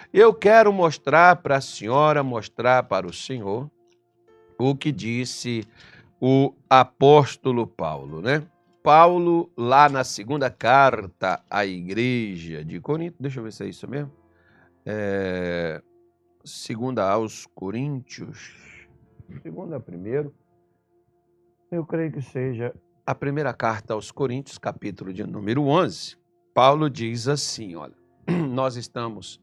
Eu quero mostrar para a senhora, mostrar para o senhor, o que disse o apóstolo Paulo, né? Paulo, lá na segunda carta à igreja de Corinto, deixa eu ver se é isso mesmo. Segunda aos Coríntios, segunda a primeiro, eu creio que seja a primeira carta aos Coríntios, capítulo de número 11. Paulo diz assim, olha, nós estamos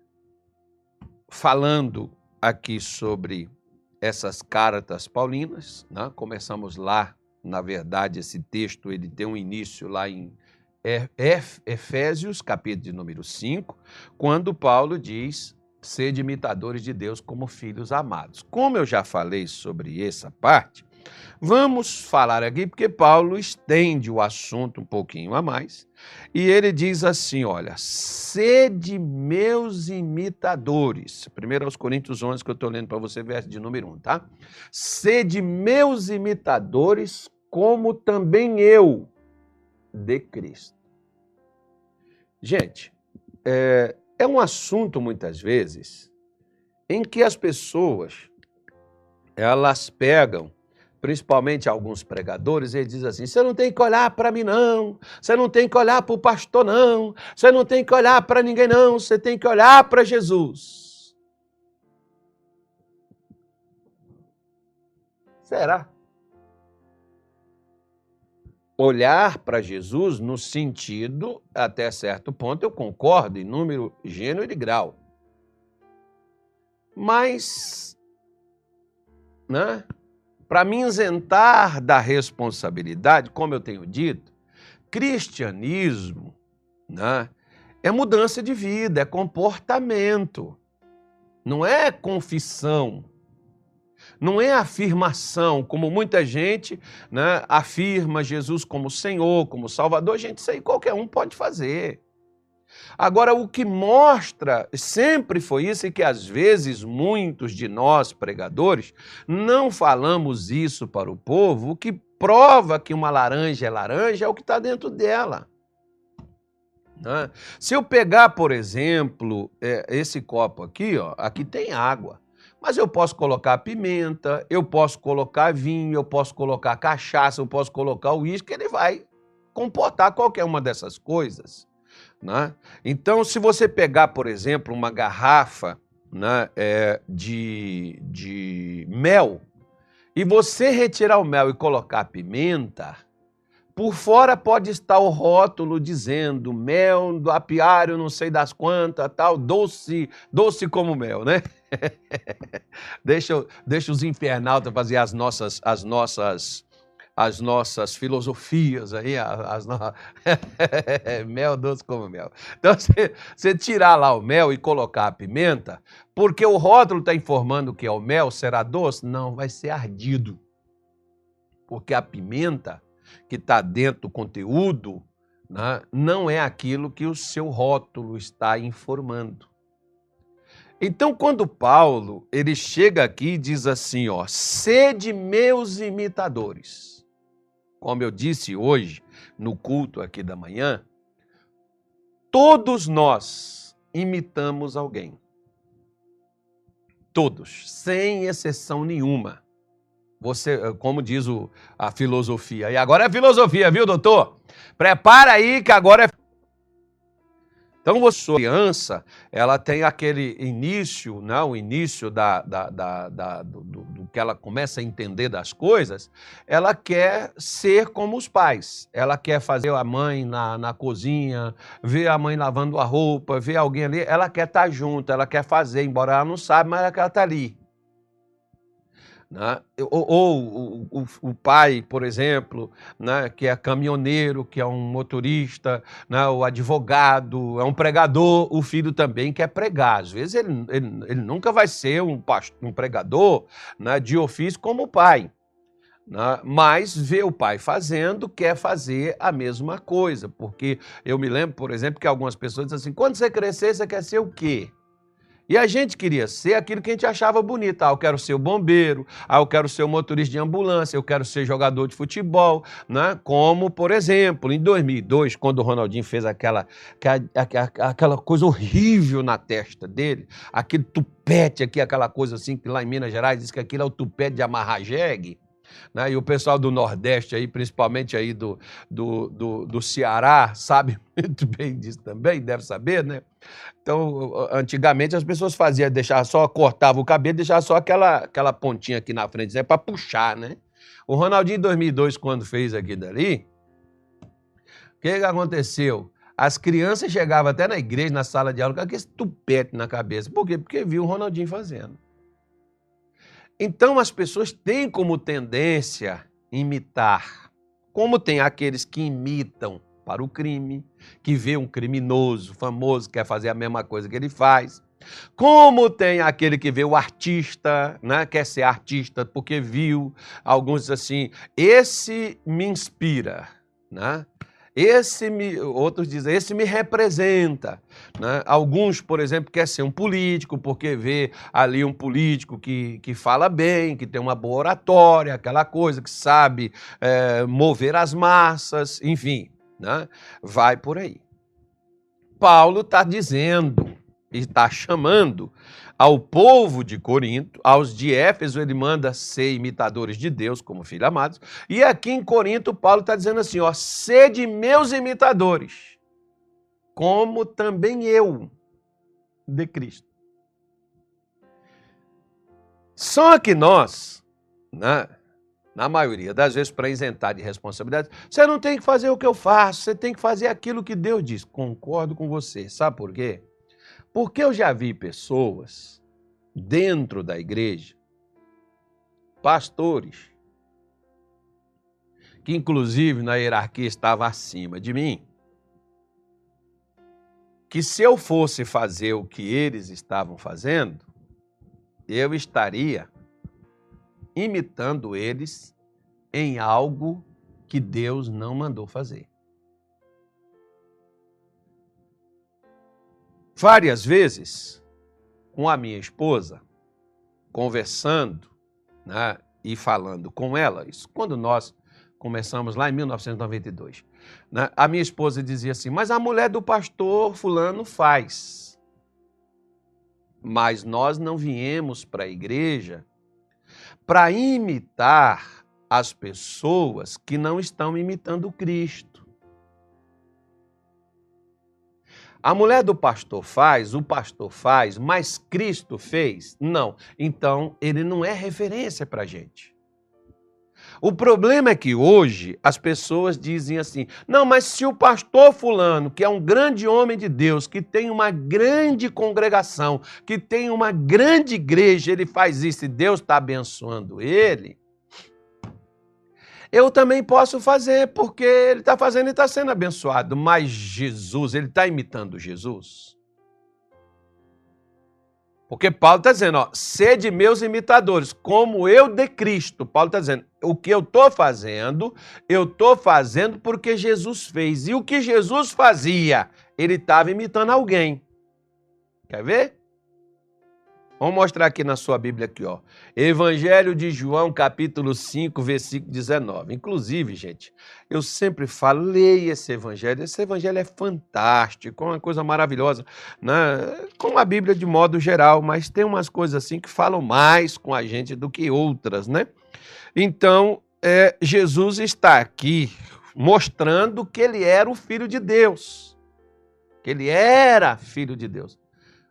falando aqui sobre essas cartas paulinas, né? Começamos lá, na verdade, esse texto ele tem um início lá em Efésios, capítulo de número 5, quando Paulo diz, sede imitadores de Deus como filhos amados. Como eu já falei sobre essa parte, vamos falar aqui porque Paulo estende o assunto um pouquinho a mais e ele diz assim, olha, sede meus imitadores. 1 Coríntios 11 que eu estou lendo para você, verso de número 1, tá? Sede meus imitadores como também eu de Cristo. Gente, é um assunto muitas vezes em que as pessoas elas pegam, principalmente alguns pregadores, eles dizem assim, você não tem que olhar para mim não, você não tem que olhar para o pastor não, você não tem que olhar para ninguém não, você tem que olhar para Jesus. Será? Olhar para Jesus no sentido, até certo ponto, eu concordo, em número, gênero e grau. Mas, né? Para me isentar da responsabilidade, como eu tenho dito, cristianismo, né, é mudança de vida, é comportamento, não é confissão, não é afirmação, como muita gente, né, afirma Jesus como Senhor, como Salvador, gente, isso aí qualquer um pode fazer. Agora, o que mostra, sempre foi isso, e que às vezes muitos de nós, pregadores, não falamos isso para o povo, o que prova que uma laranja é o que está dentro dela. Né? Se eu pegar, por exemplo, esse copo aqui, ó, aqui tem água, mas eu posso colocar pimenta, eu posso colocar vinho, eu posso colocar cachaça, eu posso colocar uísque, ele vai comportar qualquer uma dessas coisas. Né? Então, se você pegar, por exemplo, uma garrafa, né, de mel, e você retirar o mel e colocar pimenta, por fora pode estar o rótulo dizendo mel do apiário, não sei das quantas, tal, doce como mel, né? Deixa os infernautas fazer as nossas filosofias aí, mel doce como mel. Então, você tirar lá o mel e colocar a pimenta, porque o rótulo está informando que é o mel, será doce? Não, vai ser ardido. Porque a pimenta que está dentro do conteúdo, né, não é aquilo que o seu rótulo está informando. Então, quando Paulo ele chega aqui e diz assim, ó, sede meus imitadores. Como eu disse hoje, no culto aqui da manhã, todos nós imitamos alguém. Todos, sem exceção nenhuma. Você, como diz a filosofia. E agora é filosofia, viu, doutor? Prepara aí que agora é... Então, você, criança, ela tem aquele início, né, o início do que ela começa a entender das coisas, ela quer ser como os pais. Ela quer fazer a mãe na cozinha, ver a mãe lavando a roupa, ver alguém ali, ela quer estar junto, ela quer fazer, embora ela não saiba, mas ela quer estar ali. Né? Ou o pai, por exemplo, né, que é caminhoneiro, que é um motorista, né, o advogado, é um pregador, o filho também quer pregar. Às vezes ele nunca vai ser um pregador, né, de ofício como o pai, né, mas vê o pai fazendo, quer fazer a mesma coisa. Porque eu me lembro, por exemplo, que algumas pessoas dizem assim, quando você crescer, você quer ser o quê? E a gente queria ser aquilo que a gente achava bonito. Ah, eu quero ser o bombeiro, eu quero ser o motorista de ambulância, eu quero ser jogador de futebol, né? Como, por exemplo, em 2002, quando o Ronaldinho fez aquela coisa horrível na testa dele, aquele tupete aqui, aquela coisa assim, que lá em Minas Gerais diz que aquilo é o tupete de amarrar jegue, né? E o pessoal do Nordeste, aí, principalmente aí do Ceará, sabe muito bem disso também, deve saber, né? Então, antigamente as pessoas faziam, cortavam o cabelo, deixavam só aquela pontinha aqui na frente, né, para puxar, né? O Ronaldinho em 2002, quando fez aquilo dali, o que aconteceu? As crianças chegavam até na igreja, na sala de aula, com aquele tupete na cabeça. Por quê? Porque viu o Ronaldinho fazendo. Então, as pessoas têm como tendência imitar, como tem aqueles que imitam para o crime, que vê um criminoso famoso, quer fazer a mesma coisa que ele faz. Como tem aquele que vê o artista, né, quer ser artista porque viu, alguns dizem assim, esse me inspira, né? Outros dizem, esse me representa, né? Alguns, por exemplo, quer ser um político porque vê ali um político que fala bem, que tem uma boa oratória, aquela coisa que sabe mover as massas, enfim, né? Vai por aí. Paulo está dizendo, está chamando ao povo de Corinto, aos de Éfeso, ele manda ser imitadores de Deus, como filhos amados, e aqui em Corinto, Paulo está dizendo assim, ó, sede meus imitadores, como também eu de Cristo. Só que nós, né, na maioria das vezes, para isentar de responsabilidade, você não tem que fazer o que eu faço, você tem que fazer aquilo que Deus diz. Concordo com você. Sabe por quê? Porque eu já vi pessoas dentro da igreja, pastores, que inclusive na hierarquia estava acima de mim, que se eu fosse fazer o que eles estavam fazendo, eu estaria imitando eles em algo que Deus não mandou fazer. Várias vezes, com a minha esposa, conversando, né, e falando com ela, isso quando nós começamos lá em 1992, né, a minha esposa dizia assim, mas a mulher do pastor fulano faz. Mas nós não viemos para a igreja para imitar as pessoas que não estão imitando Cristo. A mulher do pastor faz, o pastor faz, mas Cristo fez? Não. Então, ele não é referência para a gente. O problema é que hoje as pessoas dizem assim, não, mas se o pastor fulano, que é um grande homem de Deus, que tem uma grande congregação, que tem uma grande igreja, ele faz isso e Deus está abençoando ele, eu também posso fazer, porque ele está fazendo e está sendo abençoado. Mas Jesus, ele está imitando Jesus? Porque Paulo está dizendo, ó, sede meus imitadores, como eu de Cristo. Paulo está dizendo, o que eu estou fazendo porque Jesus fez. E o que Jesus fazia? Ele estava imitando alguém. Quer ver? Vamos mostrar aqui na sua Bíblia aqui, ó. Evangelho de João, capítulo 5, versículo 19. Inclusive, gente, eu sempre falo, leia esse evangelho. Esse evangelho é fantástico, é uma coisa maravilhosa, né? Com a Bíblia de modo geral, mas tem umas coisas assim que falam mais com a gente do que outras, né? Então, Jesus está aqui mostrando que ele era o Filho de Deus. Que ele era Filho de Deus.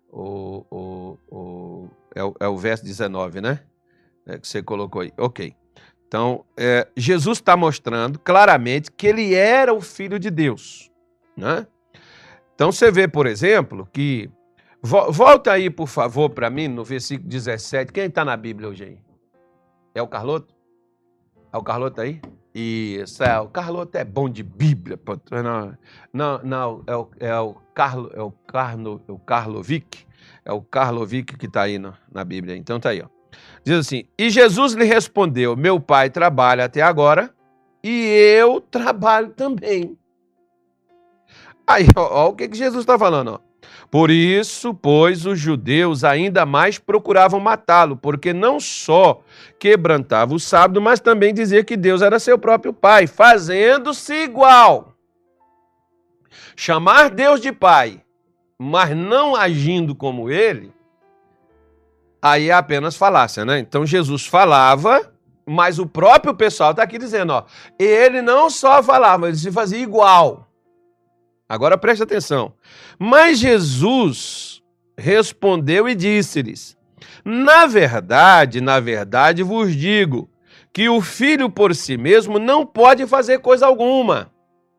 É o verso 19, né? Que você colocou aí. Ok. Então, Jesus está mostrando claramente que ele era o Filho de Deus, né? Então, você vê, por exemplo, que... Volta aí, por favor, para mim, no versículo 17. Quem está na Bíblia hoje aí? É o Carloto? É o Carloto aí? Isso, o Carloto é bom de Bíblia. Não, é o Karlovic. É o Karlovic que está aí na Bíblia. Então tá aí, ó. Diz assim, e Jesus lhe respondeu, meu pai trabalha até agora e eu trabalho também. Aí, ó o que Jesus está falando, ó. Por isso, pois, os judeus ainda mais procuravam matá-lo, porque não só quebrantava o sábado, mas também dizia que Deus era seu próprio Pai, fazendo-se igual. Chamar Deus de Pai, mas não agindo como Ele, aí é apenas falácia, né? Então Jesus falava, mas o próprio pessoal está aqui dizendo, ó, ele não só falava, ele se fazia igual. Agora preste atenção. Mas Jesus respondeu e disse-lhes, na verdade vos digo, que o filho por si mesmo não pode fazer coisa alguma,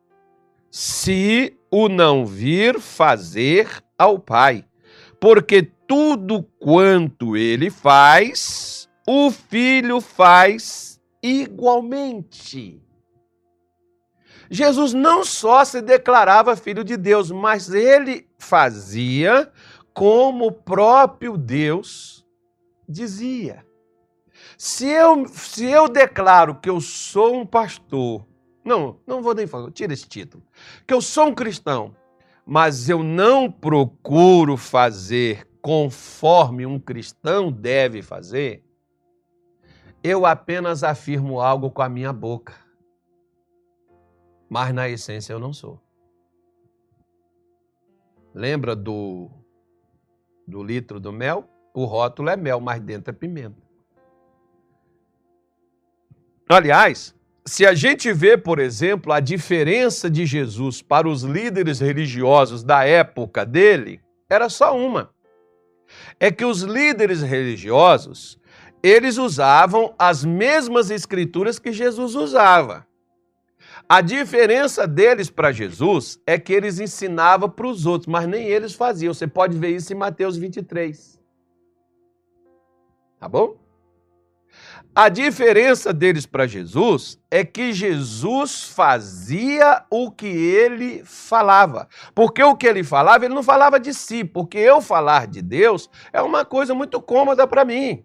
se o não vir fazer ao Pai. Porque tudo quanto ele faz, o filho faz igualmente. Jesus não só se declarava filho de Deus, mas ele fazia como o próprio Deus dizia. Se eu declaro que eu sou um pastor, não vou nem falar, tira esse título, que eu sou um cristão, mas eu não procuro fazer conforme um cristão deve fazer, eu apenas afirmo algo com a minha boca. Mas na essência eu não sou. Lembra do litro do mel? O rótulo é mel, mas dentro é pimenta. Aliás, se a gente vê, por exemplo, a diferença de Jesus para os líderes religiosos da época dele, era só uma. É que os líderes religiosos, eles usavam as mesmas escrituras que Jesus usava. A diferença deles para Jesus é que eles ensinavam para os outros, mas nem eles faziam. Você pode ver isso em Mateus 23. Tá bom? A diferença deles para Jesus é que Jesus fazia o que ele falava. Porque o que ele falava, ele não falava de si. Porque eu falar de Deus é uma coisa muito cômoda para mim.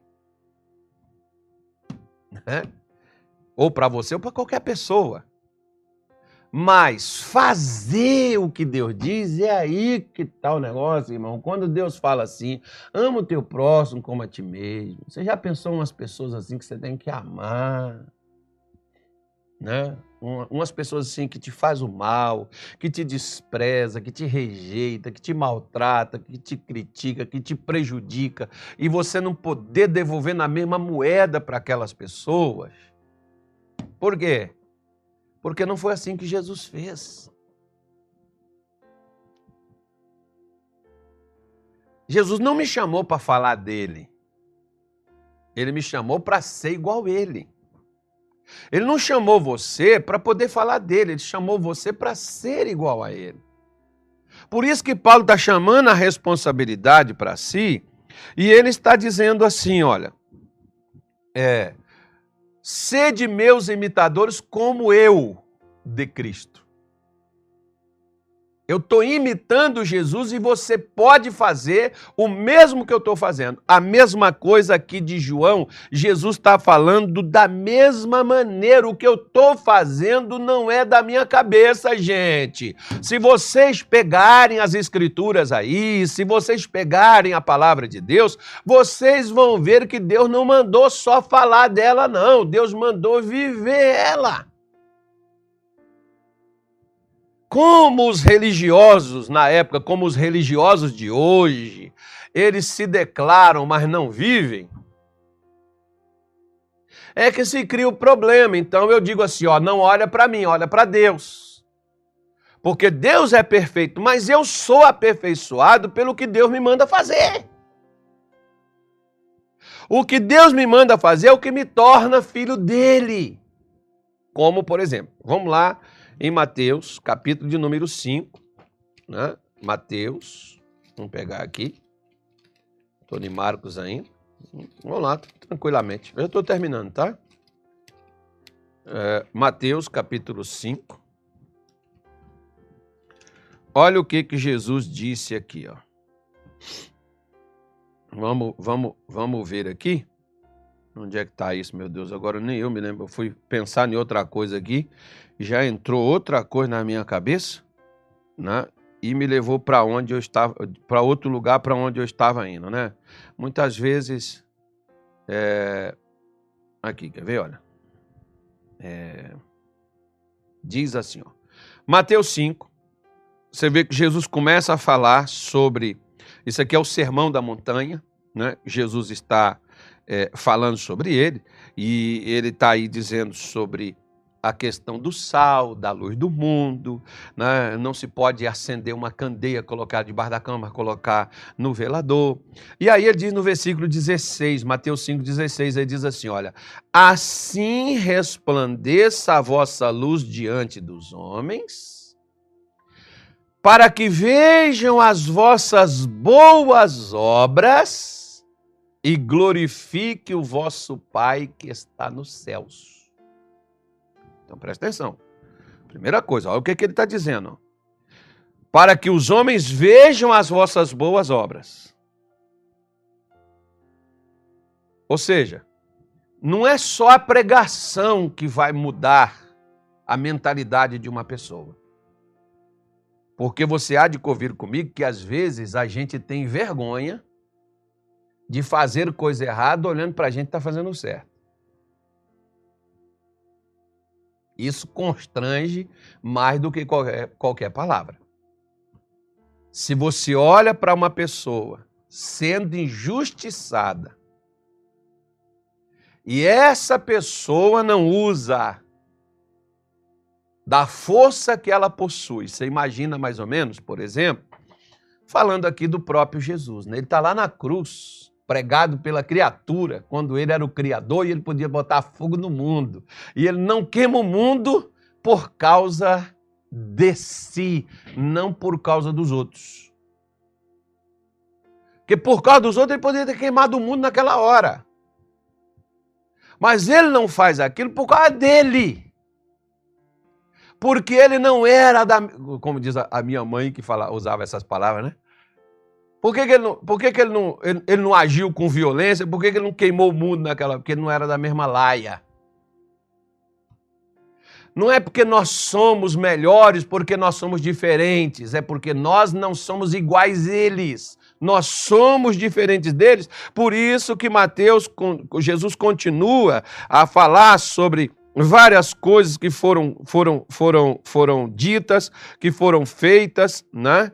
Né? Ou para você ou para qualquer pessoa. Mas fazer o que Deus diz, é aí que está o negócio, irmão. Quando Deus fala assim, ama o teu próximo como a ti mesmo. Você já pensou umas pessoas assim que você tem que amar? Né? Umas pessoas assim que te faz o mal, que te despreza, que te rejeita, que te maltrata, que te critica, que te prejudica, e você não poder devolver na mesma moeda para aquelas pessoas. Por quê? Porque não foi assim que Jesus fez. Jesus não me chamou para falar dele. Ele me chamou para ser igual a ele. Ele não chamou você para poder falar dele, ele chamou você para ser igual a ele. Por isso que Paulo está chamando a responsabilidade para si, e ele está dizendo assim, olha, sede meus imitadores como eu de Cristo. Eu estou imitando Jesus e você pode fazer o mesmo que eu estou fazendo. A mesma coisa aqui de João, Jesus está falando da mesma maneira. O que eu estou fazendo não é da minha cabeça, gente. Se vocês pegarem as escrituras aí, se vocês pegarem a palavra de Deus, vocês vão ver que Deus não mandou só falar dela, não. Deus mandou viver ela. Como os religiosos na época, como os religiosos de hoje, eles se declaram, mas não vivem, é que se cria o problema. Então eu digo assim, ó, não olha para mim, olha para Deus. Porque Deus é perfeito, mas eu sou aperfeiçoado pelo que Deus me manda fazer. O que Deus me manda fazer é o que me torna filho dele. Como, por exemplo, vamos lá, em Mateus, capítulo de número 5, né? Mateus, vamos pegar aqui, estou em Marcos ainda, vamos lá, tranquilamente, eu estou terminando, tá? Mateus, capítulo 5, olha o que Jesus disse aqui, ó. Vamos ver aqui, onde é que está isso, meu Deus, agora nem eu me lembro, eu fui pensar em outra coisa aqui, já entrou outra coisa na minha cabeça, né? e me levou para onde eu estava, para outro lugar para onde eu estava indo, né? Muitas vezes, aqui, quer ver, olha, diz assim, ó, Mateus 5, você vê que Jesus começa a falar sobre, isso aqui é o Sermão da Montanha, né? Jesus está falando sobre ele, e ele está aí dizendo sobre a questão do sal, da luz do mundo, né? Não se pode acender uma candeia, colocar debaixo da cama, colocar no velador. E aí ele diz no versículo 16, Mateus 5,16, ele diz assim, olha, assim resplandeça a vossa luz diante dos homens, para que vejam as vossas boas obras e glorifique o vosso Pai que está nos céus. Então, presta atenção. Primeira coisa, olha o que ele está dizendo. Para que os homens vejam as vossas boas obras. Ou seja, não é só a pregação que vai mudar a mentalidade de uma pessoa. Porque você há de convir comigo que às vezes a gente tem vergonha de fazer coisa errada olhando para a gente que está fazendo certo. Isso constrange mais do que qualquer palavra. Se você olha para uma pessoa sendo injustiçada e essa pessoa não usa da força que ela possui, você imagina mais ou menos, por exemplo, falando aqui do próprio Jesus, né? Ele está lá na cruz, pregado pela criatura, quando ele era o Criador e ele podia botar fogo no mundo. E ele não queima o mundo por causa de si, não por causa dos outros. Porque por causa dos outros ele poderia ter queimado o mundo naquela hora. Mas ele não faz aquilo por causa dele. Porque ele não era como diz a minha mãe que usava essas palavras, né? Por que ele não agiu com violência? Por que ele não queimou o mundo naquela... Porque ele não era da mesma laia. Não é porque nós somos melhores, porque nós somos diferentes. É porque nós não somos iguais a eles. Nós somos diferentes deles. Por isso que Jesus continua a falar sobre várias coisas que foram ditas, que foram feitas, né?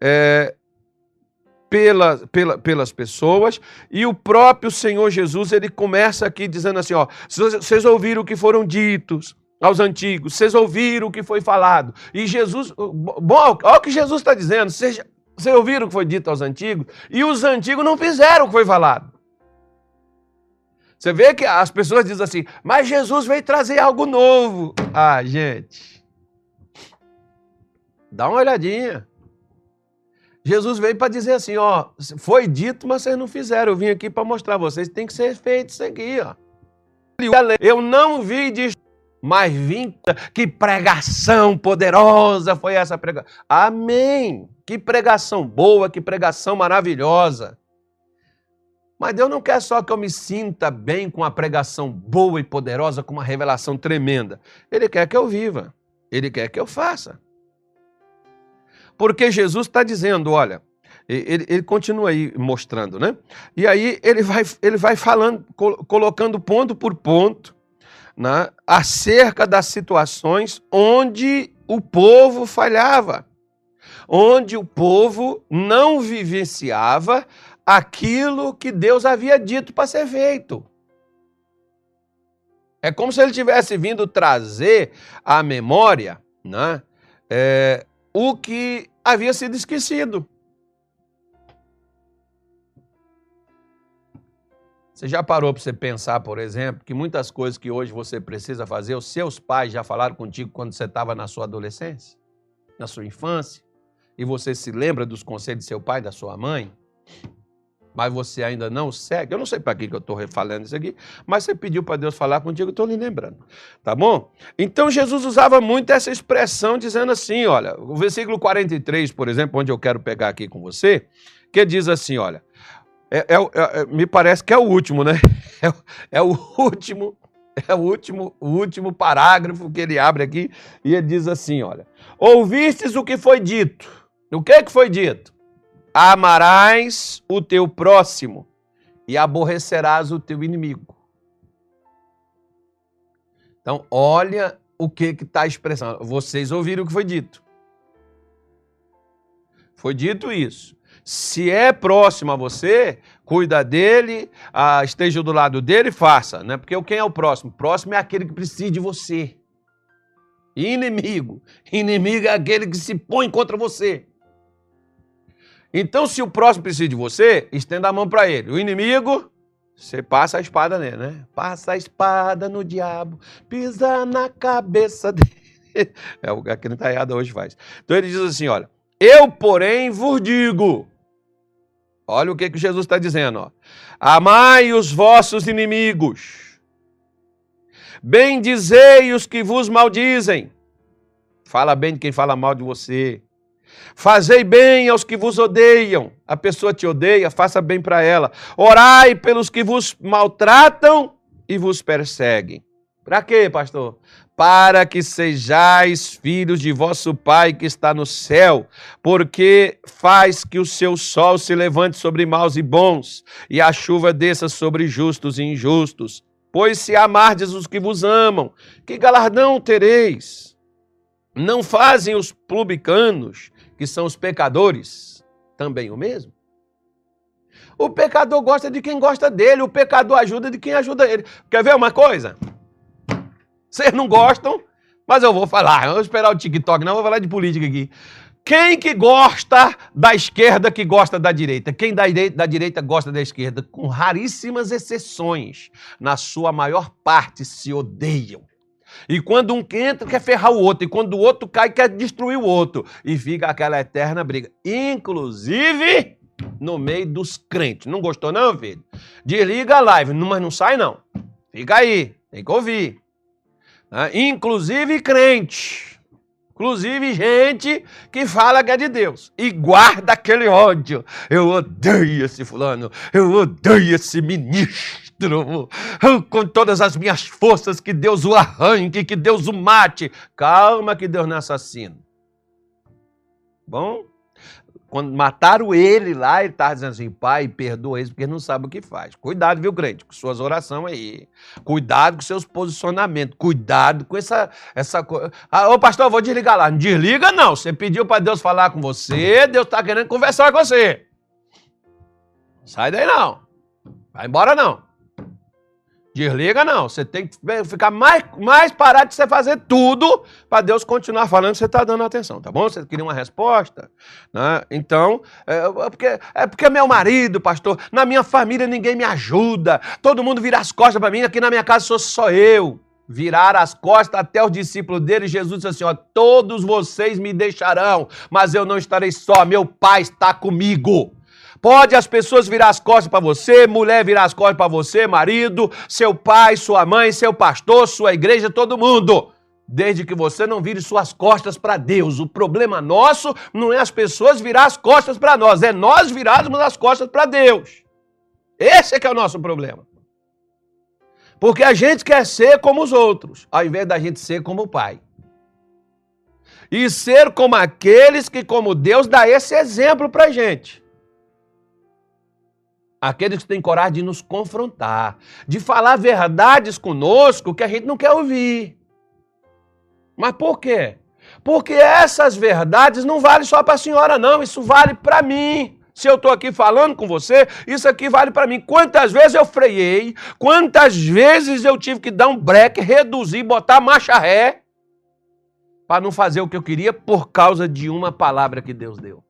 Pelas pessoas, e o próprio Senhor Jesus, ele começa aqui dizendo assim, ó, vocês ouviram o que foram ditos aos antigos, vocês ouviram o que foi falado, e Jesus, bom, olha o que Jesus está dizendo, vocês ouviram o que foi dito aos antigos, e os antigos não fizeram o que foi falado. Você vê que as pessoas dizem assim, mas Jesus veio trazer algo novo. Ah, gente, dá uma olhadinha. Jesus veio para dizer assim, ó, foi dito, mas vocês não fizeram. Eu vim aqui para mostrar a vocês, tem que ser feito isso aqui, ó. Eu não vi disso, mas vim, que pregação poderosa foi essa pregação. Amém! Que pregação boa, que pregação maravilhosa. Mas Deus não quer só que eu me sinta bem com a pregação boa e poderosa, com uma revelação tremenda. Ele quer que eu viva, ele quer que eu faça. Porque Jesus está dizendo, olha, ele continua aí mostrando, né? E aí ele vai falando, colocando ponto por ponto, né, acerca das situações onde o povo falhava, onde o povo não vivenciava aquilo que Deus havia dito para ser feito. É como se ele tivesse vindo trazer à memória, né, o que havia sido esquecido. Você já parou para você pensar, por exemplo, que muitas coisas que hoje você precisa fazer, os seus pais já falaram contigo quando você estava na sua adolescência, na sua infância, e você se lembra dos conselhos de seu pai, da sua mãe, mas você ainda não segue? Eu não sei para que eu estou falando isso aqui, mas você pediu para Deus falar contigo, eu estou lhe lembrando, tá bom? Então Jesus usava muito essa expressão dizendo assim, olha, o versículo 43, por exemplo, onde eu quero pegar aqui com você, que diz assim, olha, me parece que é o último, né? É o último parágrafo que ele abre aqui, e ele diz assim, olha, ouvistes o que foi dito, O que foi dito? Amarás o teu próximo e aborrecerás o teu inimigo. Então, olha o que está expressando. Vocês ouviram o que foi dito. Foi dito isso. Se é próximo a você, cuida dele, esteja do lado dele, faça. Né? Porque quem é o próximo? Próximo é aquele que precisa de você. Inimigo. Inimigo é aquele que se põe contra você. Então, se o próximo precisa de você, estenda a mão para ele. O inimigo, você passa a espada nele, né? Passa a espada no diabo, pisa na cabeça dele. É o que a criançada hoje faz. Então ele diz assim, olha, eu, porém, vos digo. Olha o que Jesus está dizendo, ó. Amai os vossos inimigos. Bendizei os que vos maldizem. Fala bem de quem fala mal de você. Fazei bem aos que vos odeiam. A pessoa te odeia, faça bem para ela. Orai pelos que vos maltratam e vos perseguem. Para quê, pastor? Para que sejais filhos de vosso Pai que está no céu, porque faz que o seu sol se levante sobre maus e bons, e a chuva desça sobre justos e injustos. Pois se amardes os que vos amam, que galardão tereis? Não fazem os publicanos, que são os pecadores, também o mesmo? O pecador gosta de quem gosta dele, o pecador ajuda de quem ajuda ele. Quer ver uma coisa? Vocês não gostam, mas eu vou falar. Eu vou esperar o TikTok, não, vou falar de política aqui. Quem que gosta da esquerda que gosta da direita? Quem da direita gosta da esquerda? Com raríssimas exceções, na sua maior parte se odeiam. E quando um entra, quer ferrar o outro. E quando o outro cai, quer destruir o outro. E fica aquela eterna briga. Inclusive, no meio dos crentes. Não gostou não, filho? Desliga a live. Mas não sai não. Fica aí. Tem que ouvir. Inclusive crente. Inclusive gente que fala que é de Deus. E guarda aquele ódio. Eu odeio esse fulano. Eu odeio esse ministro. Com todas as minhas forças, que Deus o arranque, que Deus o mate. Calma que Deus não é assassino. Bom? Quando mataram ele lá, ele estava dizendo assim, Pai, perdoa eles, porque não sabe o que faz. Cuidado, viu, crente, com suas orações aí. Cuidado com seus posicionamentos. Cuidado com essa coisa. Ô, pastor, eu vou desligar lá. Não desliga, não. Você pediu para Deus falar com você, Deus está querendo conversar com você. Sai daí, não. Vai embora, não. Desliga, não. Você tem que ficar mais parado de você fazer tudo para Deus continuar falando que você está dando atenção, tá bom? Você queria uma resposta? Né? Então, é porque meu marido, pastor, na minha família ninguém me ajuda, todo mundo vira as costas para mim, aqui na minha casa sou só eu. Virar as costas até os discípulos dele, Jesus disse assim, ó, todos vocês me deixarão, mas eu não estarei só, meu Pai está comigo. Pode as pessoas virar as costas para você, mulher virar as costas para você, marido, seu pai, sua mãe, seu pastor, sua igreja, todo mundo. Desde que você não vire suas costas para Deus. O problema nosso não é as pessoas virar as costas para nós, é nós virarmos as costas para Deus. Esse é que é o nosso problema. Porque a gente quer ser como os outros, ao invés da gente ser como o Pai. E ser como aqueles que, como Deus, dá esse exemplo para a gente. Aqueles que têm coragem de nos confrontar, de falar verdades conosco que a gente não quer ouvir. Mas por quê? Porque essas verdades não valem só para a senhora, não. Isso vale para mim. Se eu estou aqui falando com você, isso aqui vale para mim. Quantas vezes eu freiei, quantas vezes eu tive que dar um breque, reduzir, botar marcha ré, para não fazer o que eu queria por causa de uma palavra que Deus deu.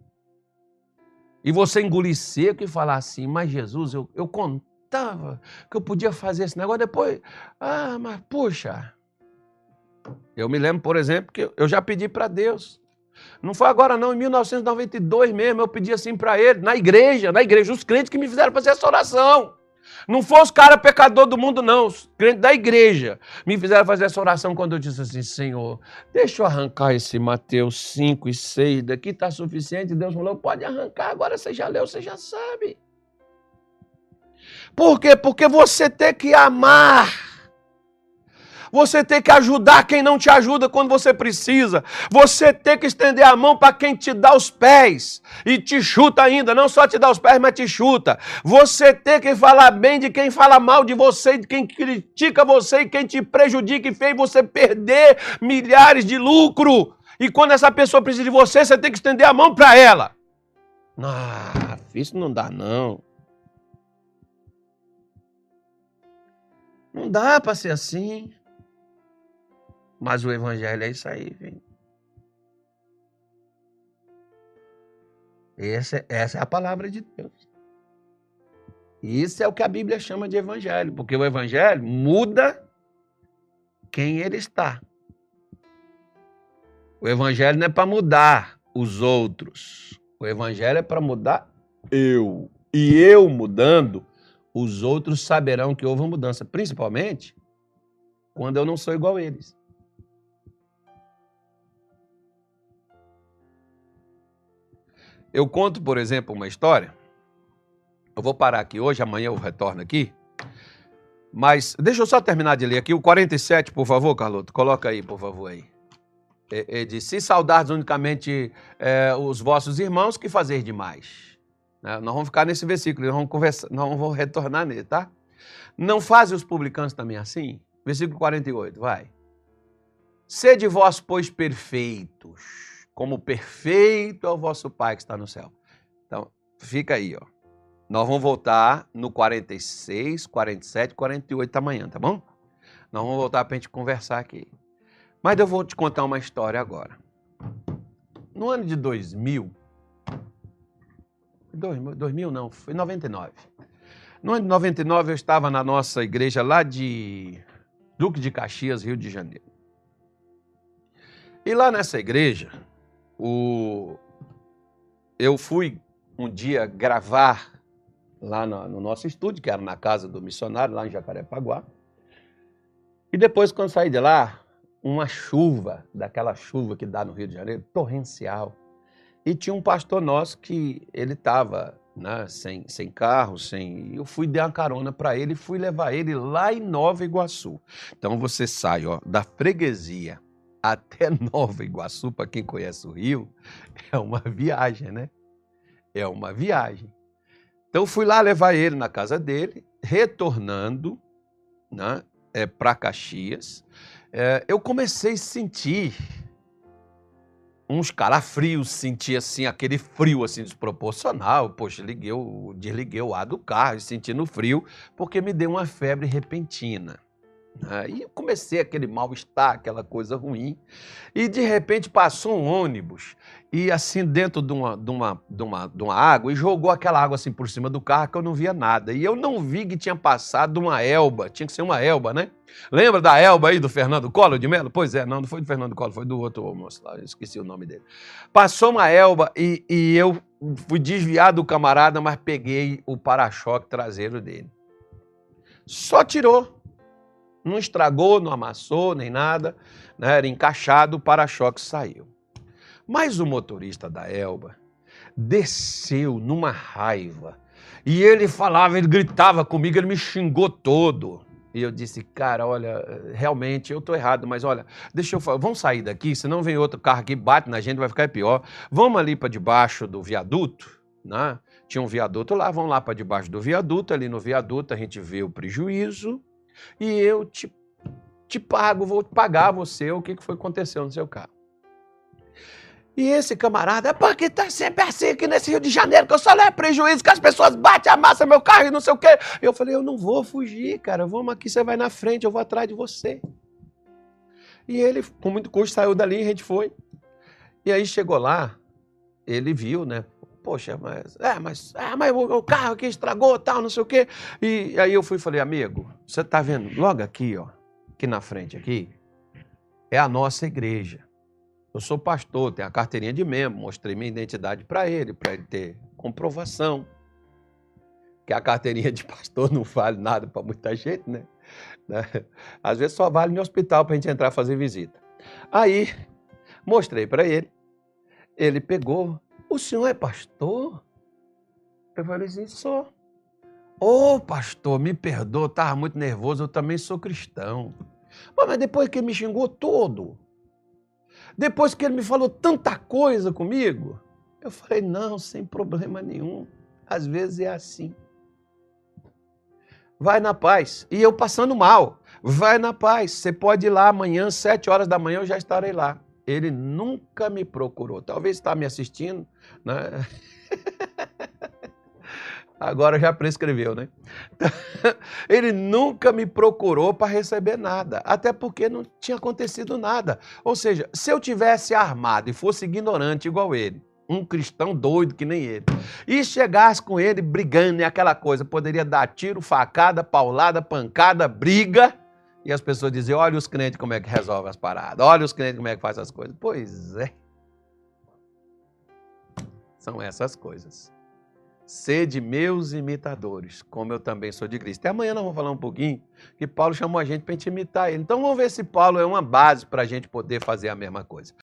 E você engolir seco e falar assim, mas Jesus, eu contava que eu podia fazer esse negócio, depois, mas puxa. Eu me lembro, por exemplo, que eu já pedi para Deus. Não foi agora não, em 1992 mesmo, eu pedi assim para ele, na igreja, os crentes que me fizeram fazer essa oração. Não foi os caras pecadores do mundo, não. Os crentes da igreja me fizeram fazer essa oração quando eu disse assim, Senhor, deixa eu arrancar esse Mateus 5 e 6 daqui, está suficiente. Deus falou, pode arrancar, agora você já leu, você já sabe. Por quê? Porque você tem que amar. Você tem que ajudar quem não te ajuda quando você precisa. Você tem que estender a mão para quem te dá os pés e te chuta ainda. Não só te dá os pés, mas te chuta. Você tem que falar bem de quem fala mal de você, de quem critica você e quem te prejudica e fez você perder milhares de lucro. E quando essa pessoa precisa de você, você tem que estender a mão para ela. Ah, isso não dá não. Não dá para ser assim. Mas o evangelho é isso aí, filho. Essa é a palavra de Deus. Isso é o que a Bíblia chama de evangelho, porque o evangelho muda quem ele está. O evangelho não é para mudar os outros. O evangelho é para mudar eu. E eu mudando, os outros saberão que houve uma mudança, principalmente quando eu não sou igual a eles. Eu conto, por exemplo, uma história. Eu vou parar aqui hoje, amanhã eu retorno aqui. Mas deixa eu só terminar de ler aqui o 47, por favor, Carloto. Coloca aí, por favor, aí. Diz, se saudardes unicamente os vossos irmãos, que fazer demais? Nós vamos ficar nesse versículo, nós vamos conversar, nós vamos retornar nele, tá? Não fazem os publicanos também assim? Versículo 48, vai. Sede vós, pois, perfeitos, como perfeito é o vosso Pai que está no céu. Então, fica aí, ó. Nós vamos voltar no 46, 47, 48 amanhã, tá bom? Nós vamos voltar para a gente conversar aqui. Mas eu vou te contar uma história agora. No ano de 2000 não, foi 99. No ano de 99 eu estava na nossa igreja lá de Duque de Caxias, Rio de Janeiro. E lá nessa igreja, eu fui um dia gravar lá no nosso estúdio, que era na casa do missionário, lá em Jacarepaguá. E depois, quando saí de lá, uma chuva, daquela chuva que dá no Rio de Janeiro, torrencial. E tinha um pastor nosso que ele estava, né, sem carro, eu fui dar uma carona para ele e fui levar ele lá em Nova Iguaçu. Então você sai, ó, da freguesia até Nova Iguaçu, para quem conhece o Rio, é uma viagem, né? É uma viagem. Então fui lá levar ele na casa dele, retornando, né, para Caxias. Eu comecei a sentir uns calafrios, senti assim, aquele frio assim desproporcional. Poxa, desliguei o ar do carro, sentindo frio, porque me deu uma febre repentina. E comecei aquele mal-estar, aquela coisa ruim. E de repente passou um ônibus e assim dentro de uma água e jogou aquela água assim por cima do carro que eu não via nada. E eu não vi que tinha passado uma Elba, tinha que ser uma Elba, né? Lembra da Elba aí do Fernando Collor de Mello? Pois é, não foi do Fernando Collor, foi do outro moço lá, eu esqueci o nome dele. Passou uma Elba e eu fui desviar do camarada, mas peguei o para-choque traseiro dele. Só tirou. Não estragou, não amassou, nem nada, né? Era encaixado, o para-choque saiu. Mas o motorista da Elba desceu numa raiva. E ele falava, ele gritava comigo, ele me xingou todo. E eu disse, cara, olha, realmente eu estou errado, mas olha, deixa eu falar, vamos sair daqui, senão vem outro carro aqui, bate na gente, vai ficar pior. Vamos ali para debaixo do viaduto, né? Tinha um viaduto lá, vamos lá para debaixo do viaduto, ali no viaduto a gente vê o prejuízo. E eu te pago, vou pagar você o que foi que aconteceu no seu carro. E esse camarada, porque tá sempre assim aqui nesse Rio de Janeiro, que eu só levo prejuízo, que as pessoas batem, amassam meu carro e não sei o quê. Eu falei, eu não vou fugir, cara, vamos aqui, você vai na frente, eu vou atrás de você. E ele, com muito custo, saiu dali e a gente foi. E aí chegou lá, ele viu, né? Poxa, mas o carro aqui estragou, tal, não sei o quê. E aí eu fui e falei, amigo, você tá vendo logo aqui, ó, aqui na frente, aqui, é a nossa igreja. Eu sou pastor, tenho a carteirinha de membro, mostrei minha identidade para ele ter comprovação. Que a carteirinha de pastor não vale nada para muita gente, né? Às vezes só vale no hospital para a gente entrar e fazer visita. Aí, mostrei para ele, ele pegou. O senhor é pastor? Eu falei assim, sou. Ô, pastor, me perdoa, eu estava muito nervoso, eu também sou cristão. Pô, mas depois que ele me xingou todo, depois que ele me falou tanta coisa comigo, eu falei, não, sem problema nenhum. Às vezes é assim. Vai na paz. E eu passando mal. Vai na paz. Você pode ir lá amanhã, 7 horas da manhã, eu já estarei lá. Ele nunca me procurou. Talvez está me assistindo, né? Agora já prescreveu, né? Ele nunca me procurou para receber nada, até porque não tinha acontecido nada. Ou seja, se eu tivesse armado e fosse ignorante igual ele, um cristão doido que nem ele, e chegasse com ele brigando e aquela coisa, poderia dar tiro, facada, paulada, pancada, briga, e as pessoas diziam, olha os crentes como é que resolve as paradas, olha os crentes como é que faz as coisas. Pois é. São essas coisas. Sede meus imitadores, como eu também sou de Cristo. E amanhã nós vamos falar um pouquinho que Paulo chamou a gente para a gente imitar ele. Então vamos ver se Paulo é uma base para a gente poder fazer a mesma coisa.